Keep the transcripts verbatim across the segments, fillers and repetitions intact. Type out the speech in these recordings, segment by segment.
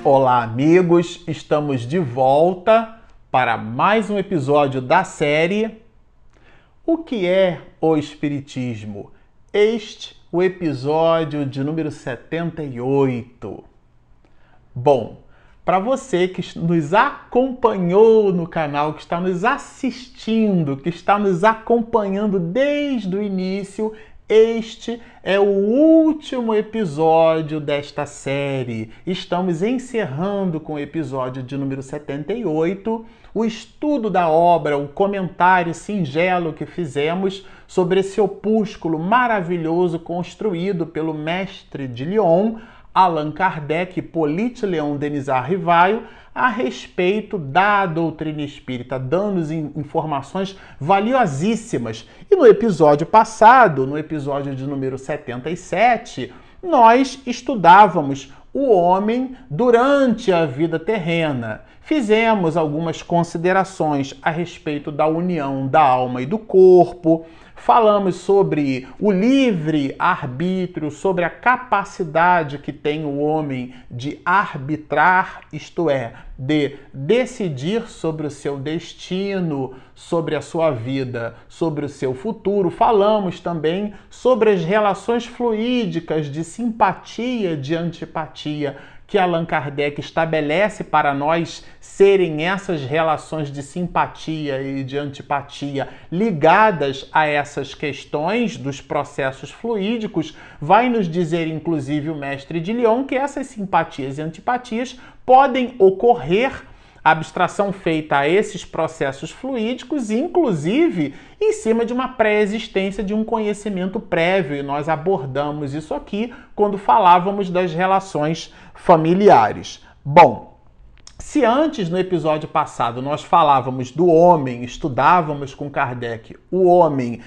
Olá, amigos! Estamos de volta para mais um episódio da série O que é o Espiritismo? Este o episódio de número setenta e oito. Bom, para você que nos acompanhou no canal, que está nos assistindo, que está nos acompanhando desde o início, este é o último episódio desta série. Estamos encerrando com o episódio de número setenta e oito, o estudo da obra, o comentário singelo que fizemos sobre esse opúsculo maravilhoso construído pelo mestre de Lyon, Allan Kardec, Hippolyte Léon Denisard Rivaio, a respeito da doutrina espírita, dando-nos informações valiosíssimas. E no episódio passado, no episódio de número setenta e sete, nós estudávamos o homem durante a vida terrena. Fizemos algumas considerações a respeito da união da alma e do corpo, falamos sobre o livre-arbítrio, sobre a capacidade que tem o homem de arbitrar, isto é, de decidir sobre o seu destino, sobre a sua vida, sobre o seu futuro. Falamos também sobre as relações fluídicas de simpatia, de antipatia, que Allan Kardec estabelece para nós serem essas relações de simpatia e de antipatia ligadas a essas questões dos processos fluídicos. Vai nos dizer, inclusive, o mestre de Lyon, que essas simpatias e antipatias podem ocorrer, abstração feita a esses processos fluídicos, inclusive em cima de uma pré-existência de um conhecimento prévio. E nós abordamos isso aqui quando falávamos das relações familiares. Bom, se antes, no episódio passado, nós falávamos do homem, estudávamos com Kardec o homem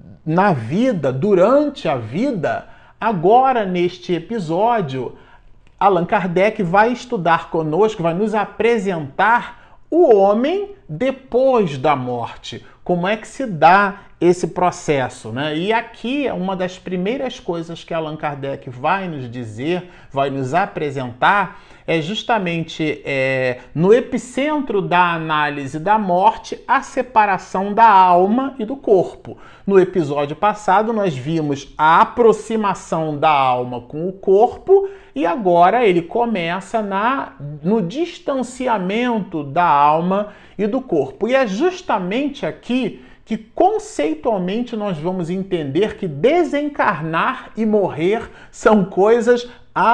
na vida, durante a vida, agora, neste episódio, Allan Kardec vai estudar conosco, vai nos apresentar o homem depois da morte. Como é que se dá esse processo, né? E aqui é uma das primeiras coisas que Allan Kardec vai nos dizer, vai nos apresentar, é justamente é, no epicentro da análise da morte, a separação da alma e do corpo. No episódio passado, nós vimos a aproximação da alma com o corpo e agora ele começa na, no distanciamento da alma e do corpo. E é justamente aqui que conceitualmente nós vamos entender que desencarnar e morrer são coisas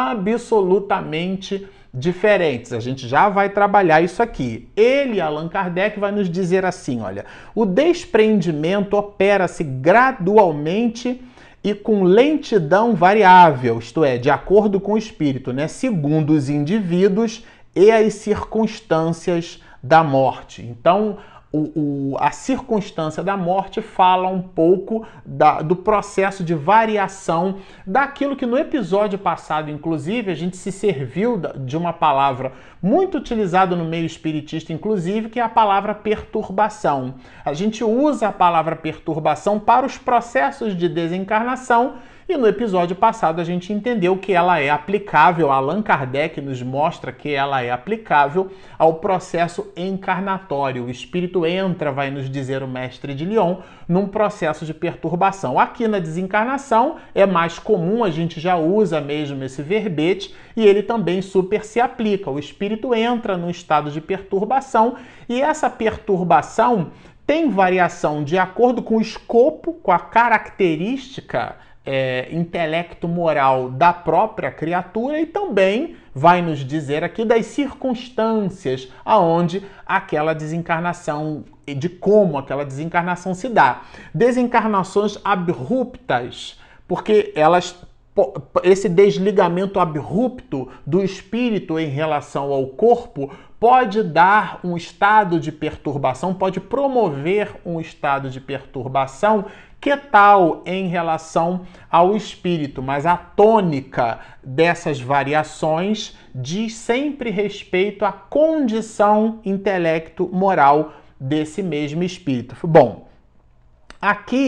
absolutamente diferentes. A gente já vai trabalhar isso aqui. Ele, Allan Kardec, vai nos dizer assim, olha, o desprendimento opera-se gradualmente e com lentidão variável, isto é, de acordo com o espírito, né, segundo os indivíduos e as circunstâncias da morte. Então, O, o, a circunstância da morte fala um pouco da, do processo de variação daquilo que no episódio passado, inclusive, a gente se serviu de uma palavra muito utilizada no meio espiritista, inclusive, que é a palavra perturbação. A gente usa a palavra perturbação para os processos de desencarnação e no episódio passado a gente entendeu que ela é aplicável, Allan Kardec nos mostra que ela é aplicável ao processo encarnatório. O espírito entra, vai nos dizer o mestre de Lyon, num processo de perturbação. Aqui na desencarnação é mais comum, a gente já usa mesmo esse verbete e ele também super se aplica. O espírito entra num estado de perturbação e essa perturbação tem variação de acordo com o escopo, com a característica É, intelecto-moral da própria criatura e também vai nos dizer aqui das circunstâncias aonde aquela desencarnação, de como aquela desencarnação se dá. Desencarnações abruptas, porque elas, esse desligamento abrupto do espírito em relação ao corpo pode dar um estado de perturbação, pode promover um estado de perturbação. Que tal em relação ao espírito? Mas a tônica dessas variações diz sempre respeito à condição intelecto-moral desse mesmo espírito. Bom, aqui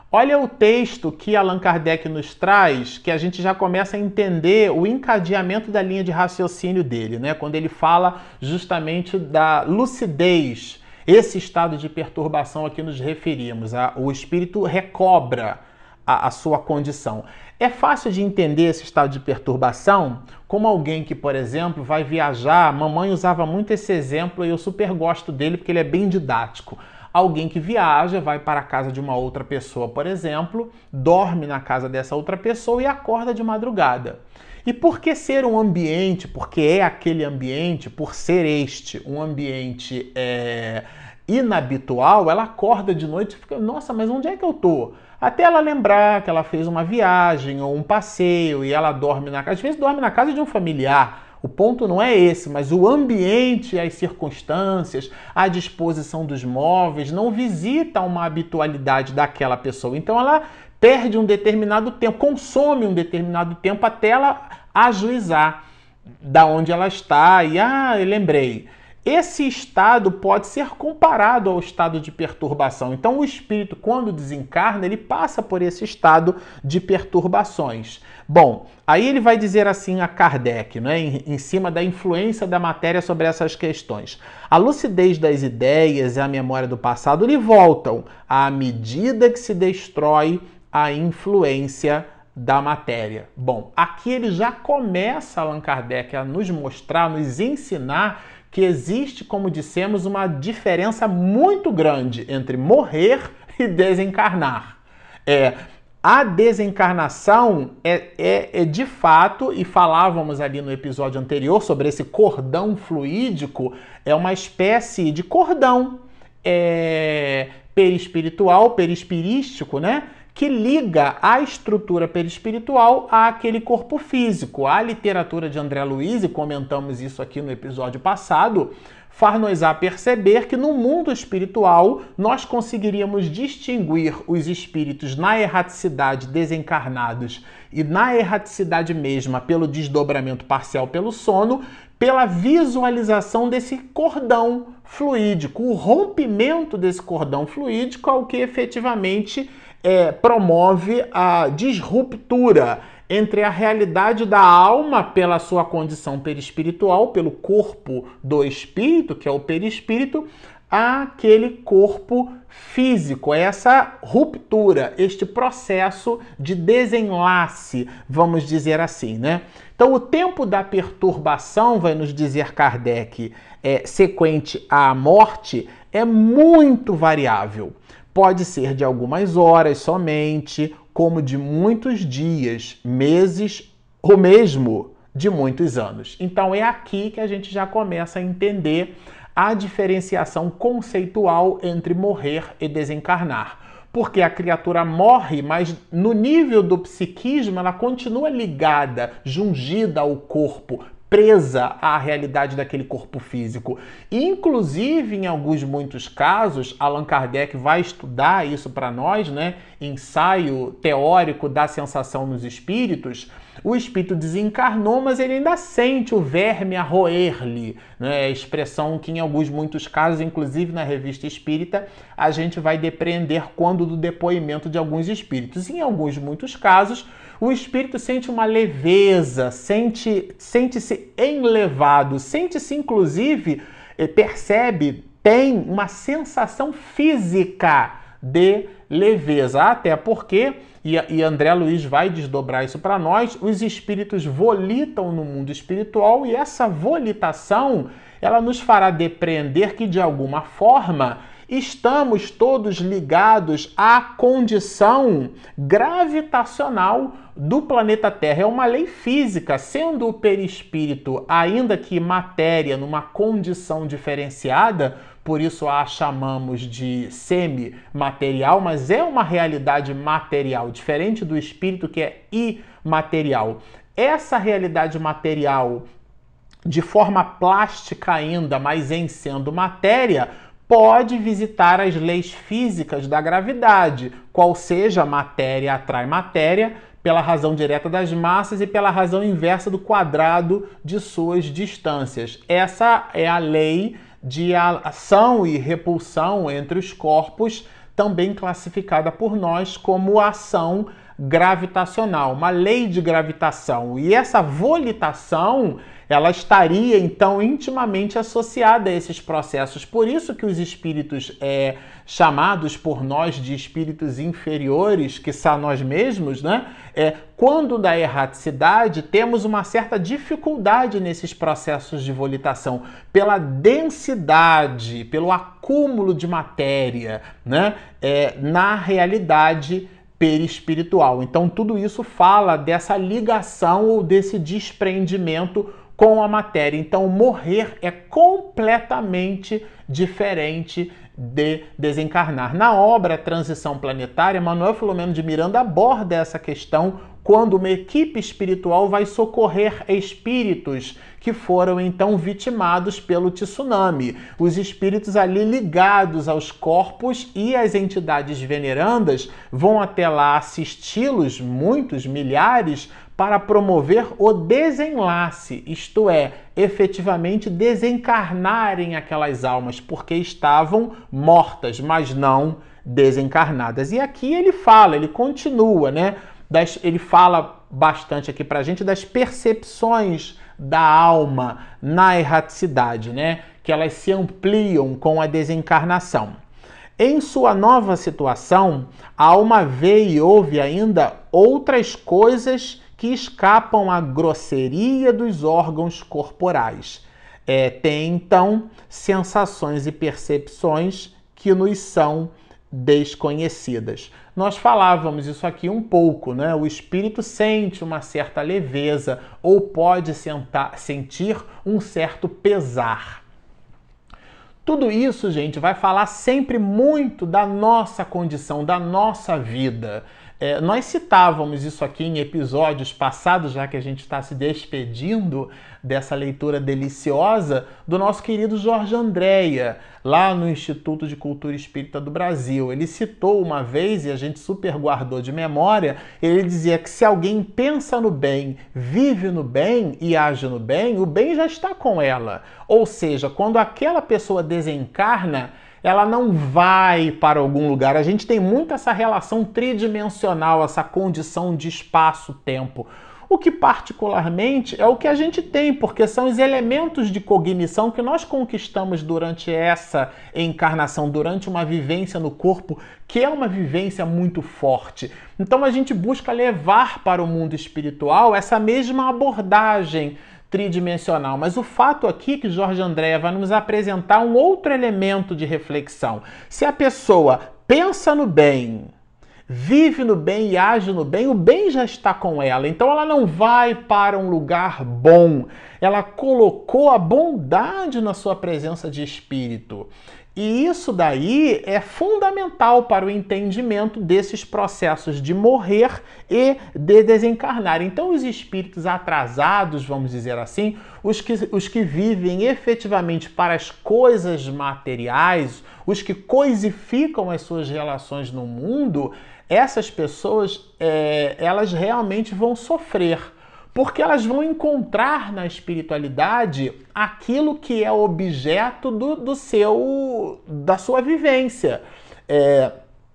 Olha o texto que Allan Kardec nos traz, que a gente já começa a entender o encadeamento da linha de raciocínio dele, né? Quando ele fala justamente da lucidez, esse estado de perturbação a que nos referimos, a, o espírito recobra a, a sua condição. É fácil de entender esse estado de perturbação como alguém que, por exemplo, vai viajar. A mamãe usava muito esse exemplo e eu super gosto dele porque ele é bem didático. Alguém que viaja, vai para a casa de uma outra pessoa, por exemplo, dorme na casa dessa outra pessoa e acorda de madrugada. E por que ser um ambiente, porque é aquele ambiente, por ser este um ambiente é, inabitual, ela acorda de noite e fica, nossa, mas onde é que eu tô? Até ela lembrar que ela fez uma viagem ou um passeio e ela dorme na casa, às vezes dorme na casa de um familiar. O ponto não é esse, mas o ambiente, as circunstâncias, a disposição dos móveis não visita uma habitualidade daquela pessoa. Então ela perde um determinado tempo, consome um determinado tempo até ela ajuizar da onde ela está. E, ah, eu lembrei. Esse estado pode ser comparado ao estado de perturbação. Então o espírito, quando desencarna, ele passa por esse estado de perturbações. Bom, aí ele vai dizer assim a Kardec, né, em, em cima da influência da matéria sobre essas questões. A lucidez das ideias e a memória do passado lhe voltam à medida que se destrói a influência da matéria. Bom, aqui ele já começa, Allan Kardec, a nos mostrar, a nos ensinar que existe, como dissemos, uma diferença muito grande entre morrer e desencarnar. É, a desencarnação é, é, é de fato, e falávamos ali no episódio anterior sobre esse cordão fluídico, é uma espécie de cordão é, perispiritual, perispirístico, né? Que liga a estrutura perispiritual àquele corpo físico. A literatura de André Luiz, e comentamos isso aqui no episódio passado, faz-nos a perceber que no mundo espiritual nós conseguiríamos distinguir os espíritos na erraticidade desencarnados e na erraticidade mesma pelo desdobramento parcial pelo sono, pela visualização desse cordão fluídico. O rompimento desse cordão fluídico é o que efetivamente É, promove a disruptura entre a realidade da alma pela sua condição perispiritual, pelo corpo do espírito, que é o perispírito, àquele corpo físico. Essa ruptura, este processo de desenlace, vamos dizer assim, né? Então, o tempo da perturbação, vai nos dizer Kardec, é, sequente à morte, é muito variável. Pode ser de algumas horas somente, como de muitos dias, meses ou mesmo de muitos anos. Então é aqui que a gente já começa a entender a diferenciação conceitual entre morrer e desencarnar. Porque a criatura morre, mas no nível do psiquismo ela continua ligada, jungida ao corpo, presa à realidade daquele corpo físico. Inclusive, em alguns muitos casos, Allan Kardec vai estudar isso para nós, né? Ensaio teórico da sensação nos espíritos. O espírito desencarnou, mas ele ainda sente o verme a roer-lhe, né? Expressão que em alguns muitos casos, inclusive na Revista Espírita, a gente vai depreender quando do depoimento de alguns espíritos. Em alguns muitos casos, o espírito sente uma leveza, sente, sente-se enlevado, sente-se inclusive, percebe, tem uma sensação física de leveza, até porque, e, e André Luiz vai desdobrar isso para nós, os espíritos volitam no mundo espiritual e essa volitação, ela nos fará depreender que de alguma forma estamos todos ligados à condição gravitacional do planeta Terra. É uma lei física, sendo o perispírito, ainda que matéria, numa condição diferenciada, por isso a chamamos de semimaterial, mas é uma realidade material, diferente do espírito que é imaterial. Essa realidade material, de forma plástica ainda, mas em sendo matéria, pode visitar as leis físicas da gravidade, qual seja, matéria atrai matéria, pela razão direta das massas e pela razão inversa do quadrado de suas distâncias. Essa é a lei de ação e repulsão entre os corpos, também classificada por nós como ação gravitacional, uma lei de gravitação. E essa volitação, ela estaria então intimamente associada a esses processos. Por isso que os espíritos é, chamados por nós de espíritos inferiores, que são nós mesmos, né? É, quando da erraticidade, temos uma certa dificuldade nesses processos de volitação, pela densidade, pelo acúmulo de matéria, né? É, na realidade perispiritual. Então, tudo isso fala dessa ligação ou desse desprendimento com a matéria. Então, morrer é completamente diferente de desencarnar. Na obra Transição Planetária, Manuel Filomeno de Miranda aborda essa questão quando uma equipe espiritual vai socorrer espíritos que foram então vitimados pelo tsunami. Os espíritos ali ligados aos corpos e as entidades venerandas vão até lá assisti-los, muitos, milhares, para promover o desenlace, isto é, efetivamente desencarnarem aquelas almas, porque estavam mortas, mas não desencarnadas. E aqui ele fala, ele continua, né? Das, ele fala bastante aqui pra gente das percepções da alma na erraticidade, né? Que elas se ampliam com a desencarnação. Em sua nova situação, a alma vê e ouve ainda outras coisas que escapam à grosseria dos órgãos corporais. É, tem, então, sensações e percepções que nos são desconhecidas. Nós falávamos isso aqui um pouco, né? O espírito sente uma certa leveza ou pode sentar, sentir um certo pesar. Tudo isso, gente, vai falar sempre muito da nossa condição, da nossa vida. É, nós citávamos isso aqui em episódios passados, já que a gente está se despedindo dessa leitura deliciosa do nosso querido Jorge Andréa, lá no Instituto de Cultura Espírita do Brasil. Ele citou uma vez, e a gente super guardou de memória, ele dizia que se alguém pensa no bem, vive no bem e age no bem, o bem já está com ela. Ou seja, quando aquela pessoa desencarna, ela não vai para algum lugar. A gente tem muito essa relação tridimensional, essa condição de espaço-tempo. O que particularmente é o que a gente tem, porque são os elementos de cognição que nós conquistamos durante essa encarnação, durante uma vivência no corpo, que é uma vivência muito forte. Então a gente busca levar para o mundo espiritual essa mesma abordagem tridimensional. Mas o fato aqui é que Jorge Andréa vai nos apresentar um outro elemento de reflexão. Se a pessoa pensa no bem, vive no bem e age no bem, o bem já está com ela. Então ela não vai para um lugar bom. Ela colocou a bondade na sua presença de espírito. E isso daí é fundamental para o entendimento desses processos de morrer e de desencarnar. Então, os espíritos atrasados, vamos dizer assim, os que, os que vivem efetivamente para as coisas materiais, os que coisificam as suas relações no mundo, essas pessoas, é, elas realmente vão sofrer. Porque elas vão encontrar na espiritualidade aquilo que é objeto do, do seu, da sua vivência. É,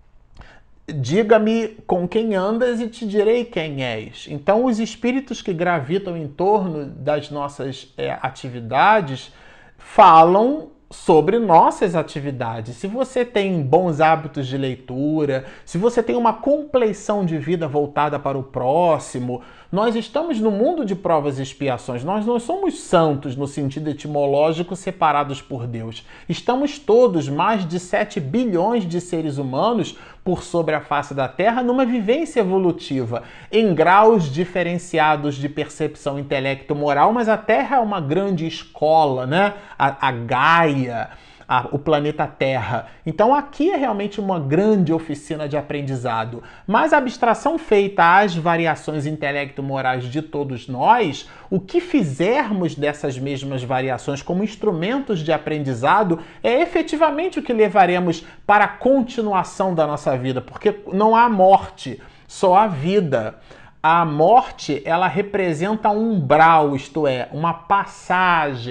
diga-me com quem andas e te direi quem és. Então, os espíritos que gravitam em torno das nossas é, atividades falam sobre nossas atividades. Se você tem bons hábitos de leitura, se você tem uma compleição de vida voltada para o próximo, nós estamos no mundo de provas e expiações. Nós não somos santos no sentido etimológico separados por Deus. Estamos todos, mais de sete bilhões de seres humanos por sobre a face da Terra, numa vivência evolutiva, em graus diferenciados de percepção intelecto-moral, mas a Terra é uma grande escola, né? A, a Gaia, a, o planeta Terra. Então aqui é realmente uma grande oficina de aprendizado. Mas a abstração feita às variações intelecto-morais de todos nós, o que fizermos dessas mesmas variações como instrumentos de aprendizado é efetivamente o que levaremos para a continuação da nossa vida, porque não há morte, só há vida. A morte, ela representa um umbral, isto é, uma passagem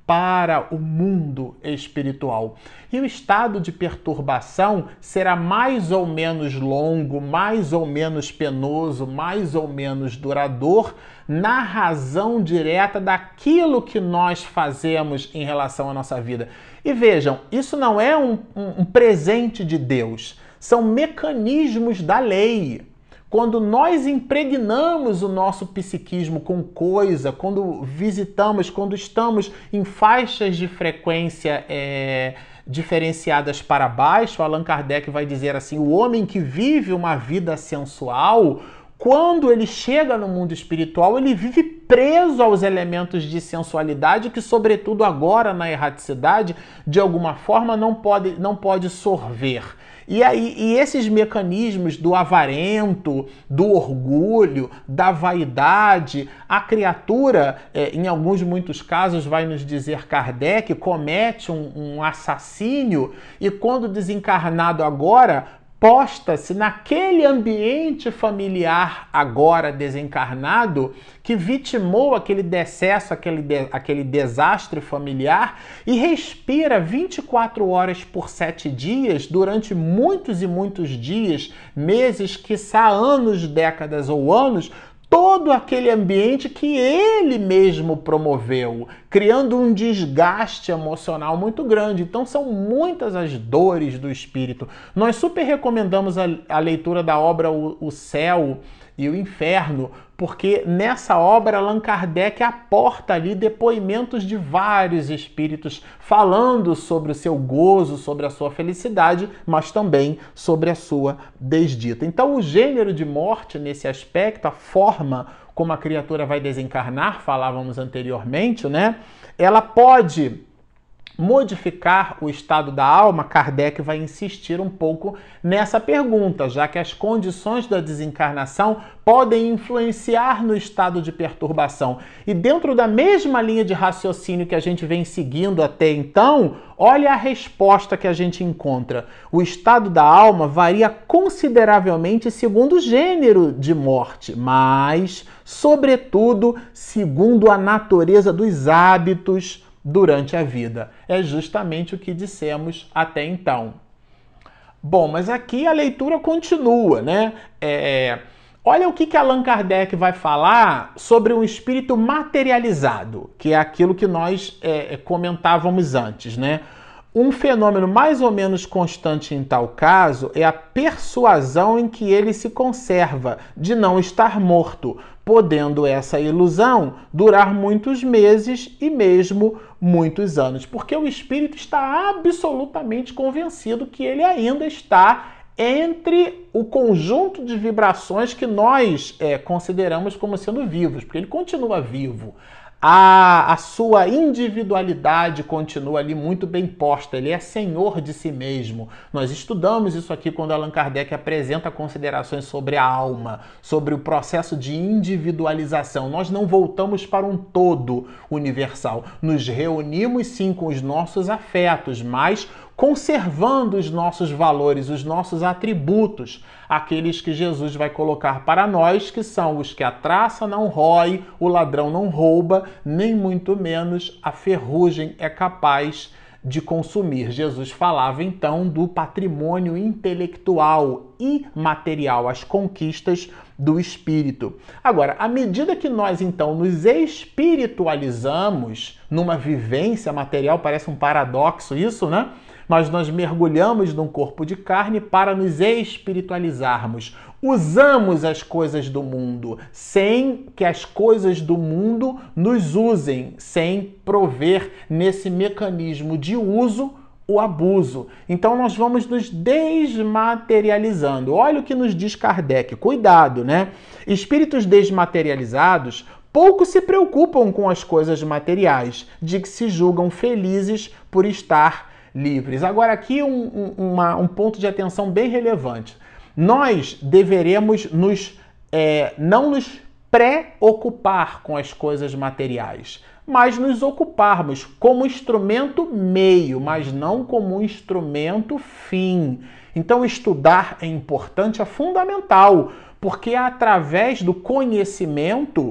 para o mundo espiritual. E o estado de perturbação será mais ou menos longo, mais ou menos penoso, mais ou menos duradouro, na razão direta daquilo que nós fazemos em relação à nossa vida. E vejam, isso não é um, um, um presente de Deus, são mecanismos da lei. Quando nós impregnamos o nosso psiquismo com coisa, quando visitamos, quando estamos em faixas de frequência é, diferenciadas para baixo, Allan Kardec vai dizer assim, o homem que vive uma vida sensual, quando ele chega no mundo espiritual, ele vive preso aos elementos de sensualidade que, sobretudo agora na erraticidade, de alguma forma não pode, não pode sorver. E, aí, e esses mecanismos do avarento, do orgulho, da vaidade, a criatura, é, em alguns muitos casos, vai nos dizer Kardec, comete um, um assassínio e quando desencarnado agora, posta-se naquele ambiente familiar agora desencarnado que vitimou aquele decesso, aquele, de, aquele desastre familiar e respira vinte e quatro horas por sete dias durante muitos e muitos dias, meses, quiçá anos, décadas ou anos, todo aquele ambiente que ele mesmo promoveu, criando um desgaste emocional muito grande. Então são muitas as dores do espírito. Nós super recomendamos a, a leitura da obra O, o Céu e o Inferno, porque nessa obra Allan Kardec aporta ali depoimentos de vários espíritos falando sobre o seu gozo, sobre a sua felicidade, mas também sobre a sua desdita. Então o gênero de morte nesse aspecto, a forma como a criatura vai desencarnar, falávamos anteriormente, né? Ela pode modificar o estado da alma. Kardec vai insistir um pouco nessa pergunta, já que as condições da desencarnação podem influenciar no estado de perturbação. E dentro da mesma linha de raciocínio que a gente vem seguindo até então, olha a resposta que a gente encontra. O estado da alma varia consideravelmente segundo o gênero de morte, mas, sobretudo, segundo a natureza dos hábitos durante a vida. É justamente o que dissemos até então. Bom, mas aqui a leitura continua, né? É, olha o que, que Allan Kardec vai falar sobre um espírito materializado, que é aquilo que nós é, comentávamos antes, né? Um fenômeno mais ou menos constante em tal caso é a persuasão em que ele se conserva de não estar morto, podendo essa ilusão durar muitos meses e mesmo muitos anos, porque o espírito está absolutamente convencido que ele ainda está entre o conjunto de vibrações que nós é, consideramos como sendo vivos, porque ele continua vivo. A, a sua individualidade continua ali muito bem posta, ele é senhor de si mesmo. Nós estudamos isso aqui quando Allan Kardec apresenta considerações sobre a alma, sobre o processo de individualização. Nós não voltamos para um todo universal. Nos reunimos sim com os nossos afetos, mas conservando os nossos valores, os nossos atributos, aqueles que Jesus vai colocar para nós, que são os que a traça não rói, o ladrão não rouba, nem muito menos a ferrugem é capaz de consumir. Jesus falava então do patrimônio intelectual e material, as conquistas do espírito. Agora, à medida que nós então nos espiritualizamos numa vivência material, parece um paradoxo isso, né? Mas nós mergulhamos num corpo de carne para nos espiritualizarmos. Usamos as coisas do mundo sem que as coisas do mundo nos usem, sem prover nesse mecanismo de uso o abuso. Então nós vamos nos desmaterializando. Olha o que nos diz Kardec. Cuidado, né? Espíritos desmaterializados pouco se preocupam com as coisas materiais, de que se julgam felizes por estar livres. Agora aqui um, um, uma, um ponto de atenção bem relevante. Nós deveremos nos, é, não nos preocupar com as coisas materiais, mas nos ocuparmos como instrumento meio, mas não como instrumento fim. Então estudar é importante, é fundamental, porque é através do conhecimento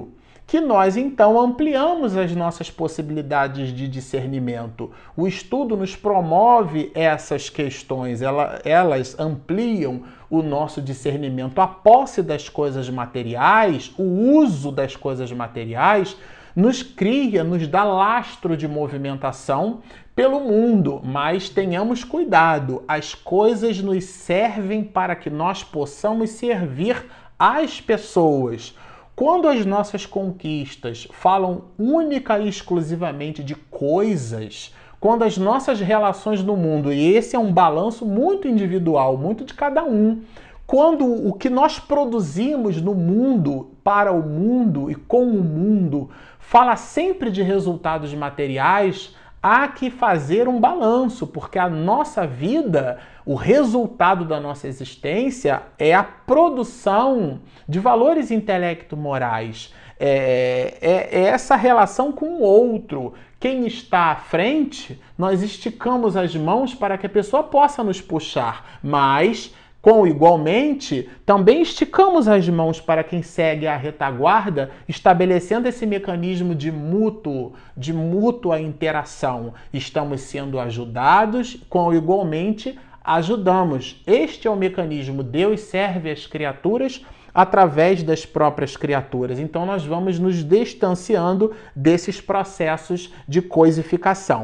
que nós então ampliamos as nossas possibilidades de discernimento. O estudo nos promove essas questões, ela, elas ampliam o nosso discernimento. A posse das coisas materiais, o uso das coisas materiais, nos cria, nos dá lastro de movimentação pelo mundo, mas tenhamos cuidado, as coisas nos servem para que nós possamos servir às pessoas. Quando as nossas conquistas falam única e exclusivamente de coisas, quando as nossas relações no mundo, e esse é um balanço muito individual, muito de cada um, quando o que nós produzimos no mundo, para o mundo e com o mundo, fala sempre de resultados materiais, há que fazer um balanço, porque a nossa vida, o resultado da nossa existência é a produção de valores intelecto-morais. É, é, é essa relação com o outro. Quem está à frente, nós esticamos as mãos para que a pessoa possa nos puxar, mas com igualmente, também esticamos as mãos para quem segue a retaguarda, estabelecendo esse mecanismo de mútuo, de mútua interação. Estamos sendo ajudados, com igualmente ajudamos. Este é o mecanismo. Deus serve as criaturas através das próprias criaturas. Então nós vamos nos distanciando desses processos de coisificação.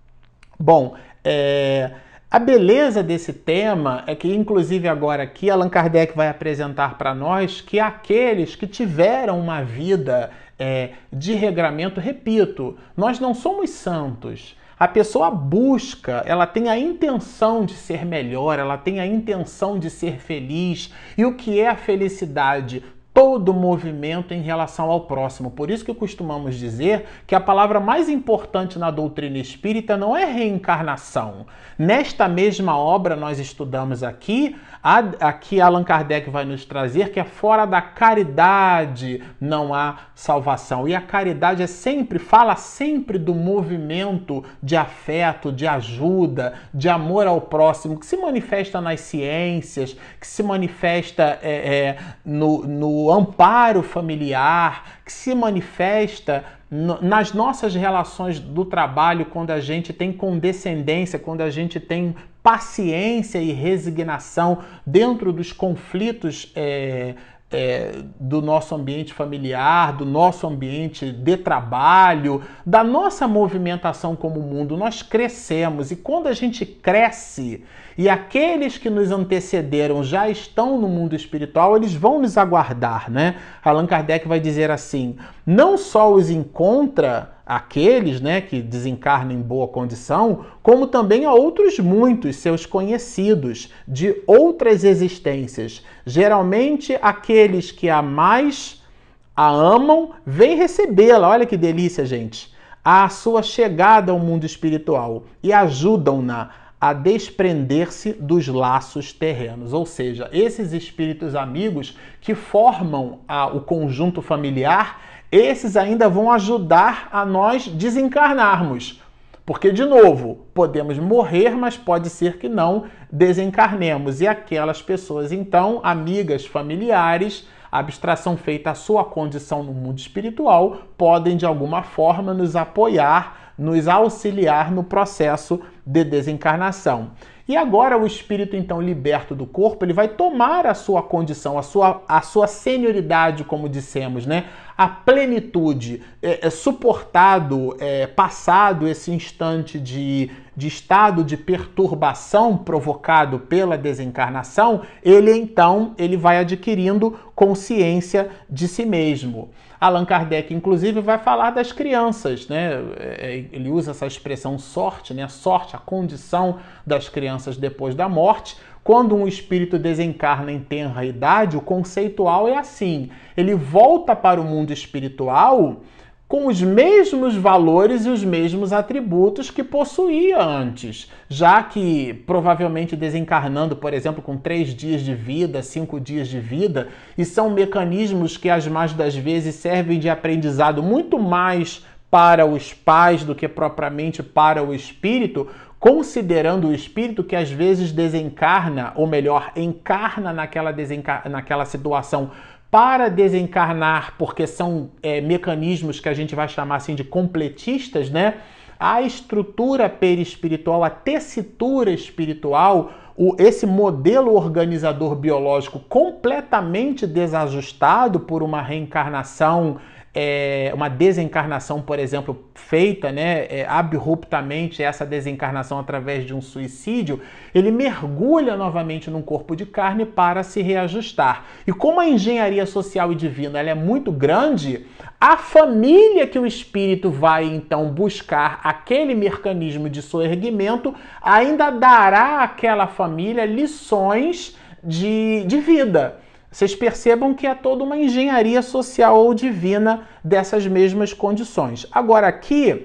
Bom, é... a beleza desse tema é que, inclusive agora aqui, Allan Kardec vai apresentar para nós que aqueles que tiveram uma vida é, de regramento, repito, nós não somos santos. A pessoa busca, ela tem a intenção de ser melhor, ela tem a intenção de ser feliz. E o que é a felicidade? Todo movimento em relação ao próximo. Por isso que costumamos dizer que a palavra mais importante na doutrina espírita não é reencarnação. Nesta mesma obra nós estudamos aqui, aqui Allan Kardec vai nos trazer que é fora da caridade não há salvação. E a caridade é sempre, fala sempre do movimento de afeto, de ajuda, de amor ao próximo, que se manifesta nas ciências, que se manifesta é, é, no, no amparo familiar, que se manifesta no, nas nossas relações do trabalho, quando a gente tem condescendência, quando a gente tem paciência e resignação dentro dos conflitos é, é, do nosso ambiente familiar, do nosso ambiente de trabalho, da nossa movimentação como mundo. Nós crescemos, e quando a gente cresce e aqueles que nos antecederam já estão no mundo espiritual, eles vão nos aguardar, né? Allan Kardec vai dizer assim, não só os encontra aqueles, né, que desencarnam em boa condição, como também a outros muitos, seus conhecidos, de outras existências. Geralmente, aqueles que a mais a amam, vêm recebê-la, olha que delícia, gente, à sua chegada ao mundo espiritual e ajudam-na a desprender-se dos laços terrenos. Ou seja, esses espíritos amigos que formam a, o conjunto familiar, esses ainda vão ajudar a nós desencarnarmos. Porque, de novo, podemos morrer, mas pode ser que não desencarnemos. E aquelas pessoas, então, amigas, familiares, a abstração feita à sua condição no mundo espiritual, podem, de alguma forma, nos apoiar, nos auxiliar no processo de desencarnação. E agora o espírito, então, liberto do corpo, ele vai tomar a sua condição, a sua, a sua senioridade, como dissemos, né? A plenitude, é, é, suportado, é, passado esse instante de, de estado de perturbação provocado pela desencarnação, ele, então, ele vai adquirindo consciência de si mesmo. Allan Kardec, inclusive, vai falar das crianças, né? Ele usa essa expressão sorte, né? Sorte, a condição das crianças depois da morte. Quando um espírito desencarna em tenra idade, o conceitual é assim: ele volta para o mundo espiritual com os mesmos valores e os mesmos atributos que possuía antes, já que provavelmente desencarnando, por exemplo, com três dias de vida, cinco dias de vida, e são mecanismos que as mais das vezes servem de aprendizado muito mais para os pais do que propriamente para o espírito, considerando o espírito que às vezes desencarna, ou melhor, encarna naquela, desencar... naquela situação para desencarnar, porque são é, mecanismos que a gente vai chamar assim de completistas, né? A estrutura perispiritual, a tessitura espiritual, o, esse modelo organizador biológico completamente desajustado por uma reencarnação, é, uma desencarnação, por exemplo, feita, né, é, abruptamente, essa desencarnação através de um suicídio, ele mergulha novamente num corpo de carne para se reajustar. E como a engenharia social e divina ela é muito grande, a família que o espírito vai então buscar aquele mecanismo de soerguimento ainda dará àquela família lições de, de vida. Vocês percebam que é toda uma engenharia social ou divina dessas mesmas condições. Agora aqui,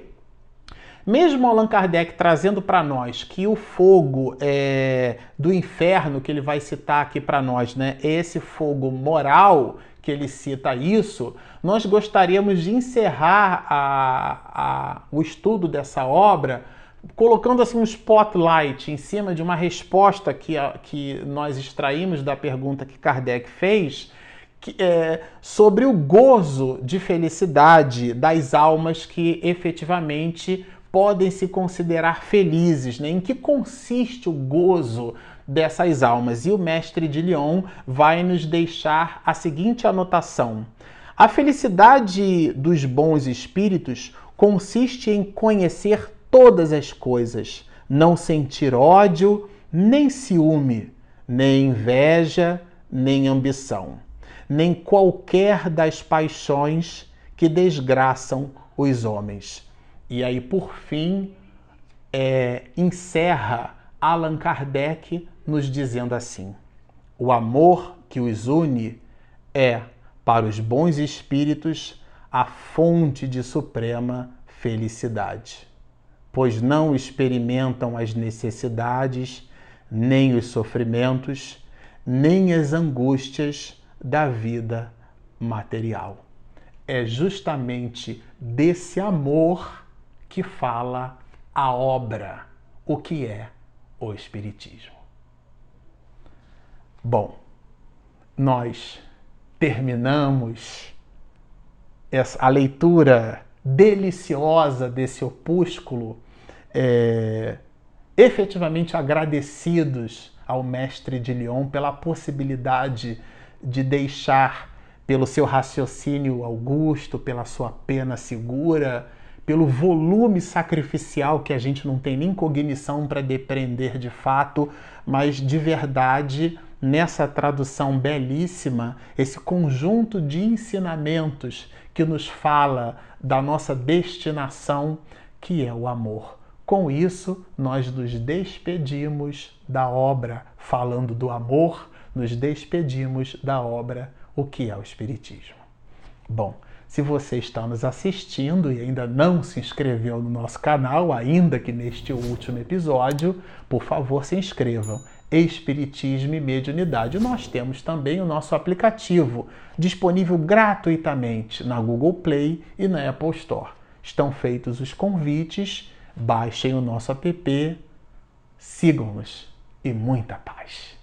mesmo Allan Kardec trazendo para nós que o fogo é, do inferno, que ele vai citar aqui para nós, né, esse fogo moral, que ele cita isso, nós gostaríamos de encerrar a, a, o estudo dessa obra colocando assim um spotlight em cima de uma resposta que, que nós extraímos da pergunta que Kardec fez, que, é, sobre o gozo de felicidade das almas que efetivamente podem se considerar felizes, né? Em que consiste o gozo dessas almas? E o mestre de Lyon vai nos deixar a seguinte anotação: a felicidade dos bons espíritos consiste em conhecer todas as coisas, não sentir ódio, nem ciúme, nem inveja, nem ambição, nem qualquer das paixões que desgraçam os homens. E aí, por fim, é, encerra Allan Kardec nos dizendo assim: o amor que os une é, para os bons espíritos, a fonte de suprema felicidade, pois não experimentam as necessidades, nem os sofrimentos, nem as angústias da vida material. É justamente desse amor que fala a obra, o que é o Espiritismo. Bom, nós terminamos essa, a leitura deliciosa desse opúsculo, é, efetivamente agradecidos ao mestre de Lyon pela possibilidade de deixar, pelo seu raciocínio augusto, pela sua pena segura, pelo volume sacrificial que a gente não tem nem cognição para depreender de fato, mas de verdade, nessa tradução belíssima, esse conjunto de ensinamentos que nos fala da nossa destinação, que é o amor. Com isso, nós nos despedimos da obra falando do amor, nos despedimos da obra O que é o Espiritismo. Bom, se você está nos assistindo e ainda não se inscreveu no nosso canal, ainda que neste último episódio, por favor, se inscrevam. Espiritismo e Mediunidade. Nós temos também o nosso aplicativo, disponível gratuitamente na Google Play e na Apple Store. Estão feitos os convites, baixem o nosso app, sigam-nos e muita paz.